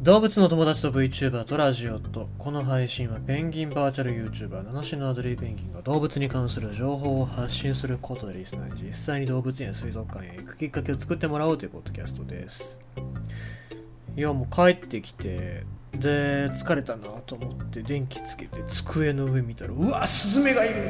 動物の友達と VTuber とラジオと、この配信はペンギンバーチャル YouTuber 七種のアドリーペンギンが動物に関する情報を発信することでリスナーに実際に動物園や水族館へ行くきっかけを作ってもらおうというポッドキャストです。いや、もう帰ってきて、で疲れたなと思って電気つけて机の上見たら、うわスズメがいる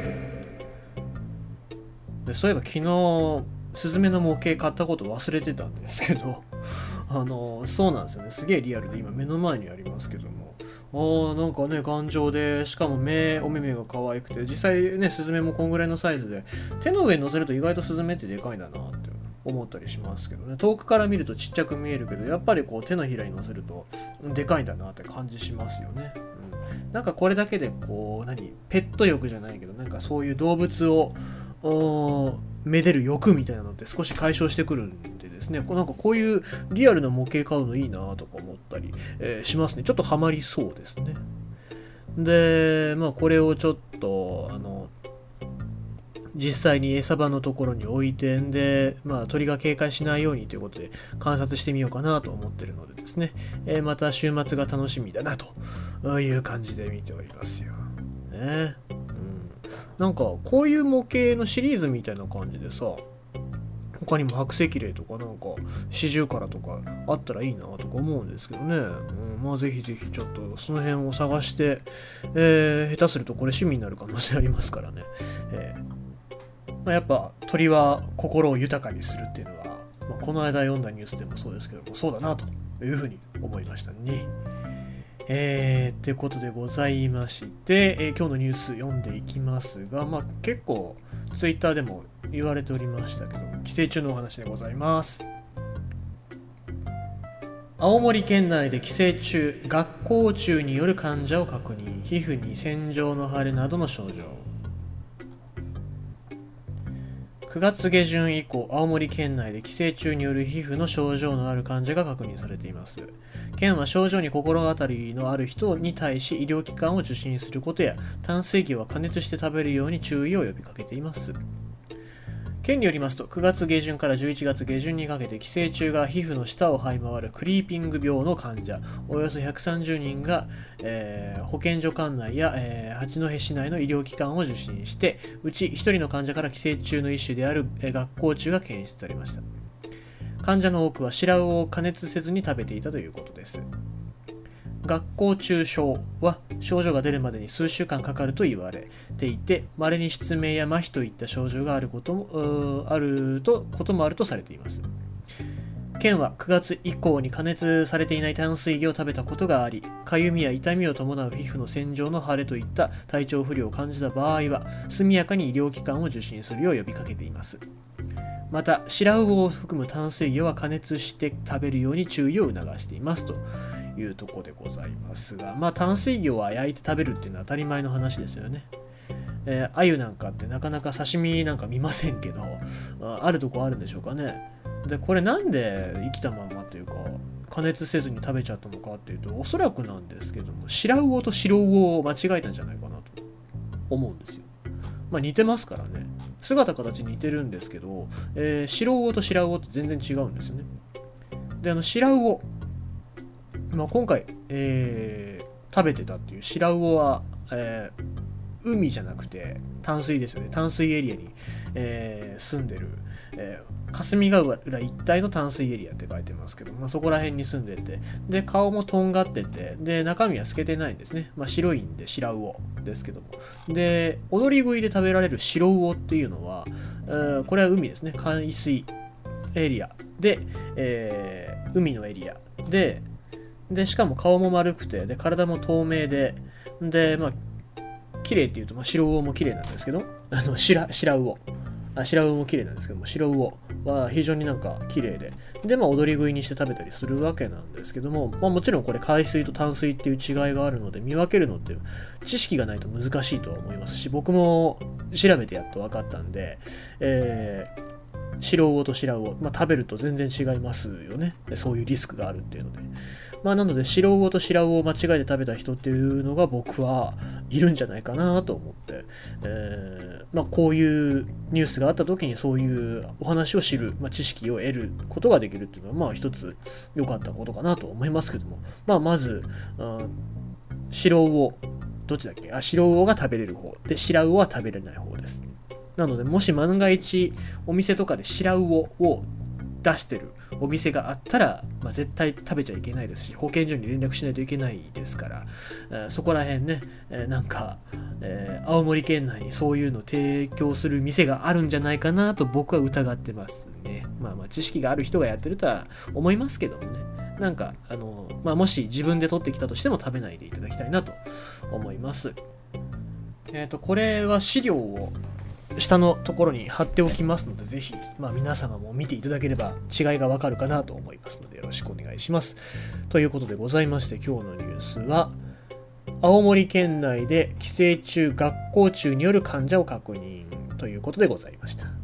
で、そういえば昨日スズメの模型買ったこと忘れてたんですけどそうなんですよね。すげえリアルで今目の前にありますけども、なんかね頑丈で、しかもお目目が可愛くて、実際ねスズメもこんぐらいのサイズで、手の上に乗せると意外とスズメってでかいんだなって思ったりしますけどね。遠くから見るとちっちゃく見えるけど、やっぱりこう手のひらに乗せるとでかいんだなって感じしますよね。なんかこれだけでこうペット欲じゃないけど、なんかそういう動物をめでる欲みたいなのって少し解消してくるんでですね、なんかこういうリアルな模型買うのいいなとか思ったり、しますね。ちょっとハマりそうですね。で、これをちょっと実際に餌場のところに置いてんで、鳥が警戒しないようにということで観察してみようかなと思ってるのでですね、また週末が楽しみだなという感じで見ておりますよ。ね。なんかこういう模型のシリーズみたいな感じでさ、他にも白石霊とかなんか四十からとかあったらいいなとか思うんですけどね。ぜひぜひちょっとその辺を探して、下手するとこれ趣味になる可能性ありますからね。やっぱ鳥は心を豊かにするっていうのは、この間読んだニュースでもそうですけども、そうだなというふうに思いましたね。ってことでございまして、今日のニュース読んでいきますが、結構ツイッターでも言われておりましたけど、寄生虫のお話でございます。青森県内で寄生虫、学校虫による患者を確認、皮膚に線状の腫れなどの症状。9月下旬以降、青森県内で寄生虫による皮膚の症状のある患者が確認されています。県は症状に心当たりのある人に対し医療機関を受診することや、淡水魚は加熱して食べるように注意を呼びかけています。県によりますと、9月下旬から11月下旬にかけて寄生虫が皮膚の下を這い回るクリーピング病の患者およそ130人が、保健所管内や、八戸市内の医療機関を受診して、うち1人の患者から寄生虫の一種である、学校虫が検出されました。患者の多くは白魚を加熱せずに食べていたということです。学校虫症は症状が出るまでに数週間かかると言われていて、稀に失明や麻痺といった症状があることもあるとされています。県は9月以降に加熱されていない淡水魚を食べたことがあり、かゆみや痛みを伴う皮膚の線状の腫れといった体調不良を感じた場合は速やかに医療機関を受診するよう呼びかけています。また白魚を含む淡水魚は加熱して食べるように注意を促していますというところでございますが、淡水魚は焼いて食べるっていうのは当たり前の話ですよね。鮎なんかってなかなか刺身なんか見ませんけど、あるとこあるんでしょうかね。でこれなんで生きたままというか加熱せずに食べちゃったのかっていうと、おそらくなんですけども、白魚と白魚を間違えたんじゃないかなと思うんですよ。似てますからね。姿形似てるんですけど、白魚と白魚って全然違うんですよね。で白魚、今回、食べてたっていう白魚は、海じゃなくて淡水ですよね。淡水エリアに、住んでる、霞ヶ浦一帯の淡水エリアって書いてますけど、そこら辺に住んでて、で顔もとんがってて、で中身は透けてないんですね。白いんで白魚ですけども、で踊り食いで食べられる白魚っていうのは、これは海ですね。海水エリアで、海のエリアでしかも顔も丸くて、で体も透明で、綺麗っていうと、白魚も綺麗なんですけど、白魚も綺麗なんですけども、白魚は非常になんか綺麗で、踊り食いにして食べたりするわけなんですけども、もちろんこれ海水と淡水っていう違いがあるので、見分けるのって知識がないと難しいとは思いますし、僕も調べてやっと分かったんで、白魚と白魚、食べると全然違いますよね。そういうリスクがあるっていうので。なので白魚と白魚を間違えて食べた人っていうのが僕は、 いるんじゃないかなと思って、こういうニュースがあった時にそういうお話を知る、知識を得ることができるっていうのは一つ良かったことかなと思いますけども、まず白魚、どっちだっけ、白魚が食べれる方で、白魚は食べれない方です。なのでもし万が一お店とかで白魚を出してるお店があったら、絶対食べちゃいけないですし、保健所に連絡しないといけないですから、そこら辺ね、青森県内にそういうのを提供する店があるんじゃないかなと僕は疑ってますね。知識がある人がやってるとは思いますけどもね。もし自分で取ってきたとしても食べないでいただきたいなと思います。これは資料を下のところに貼っておきますので、ぜひ、皆様も見ていただければ違いがわかるかなと思いますので、よろしくお願いします。ということでございまして、今日のニュースは、青森県内で帰省中、学校中による患者を確認ということでございました。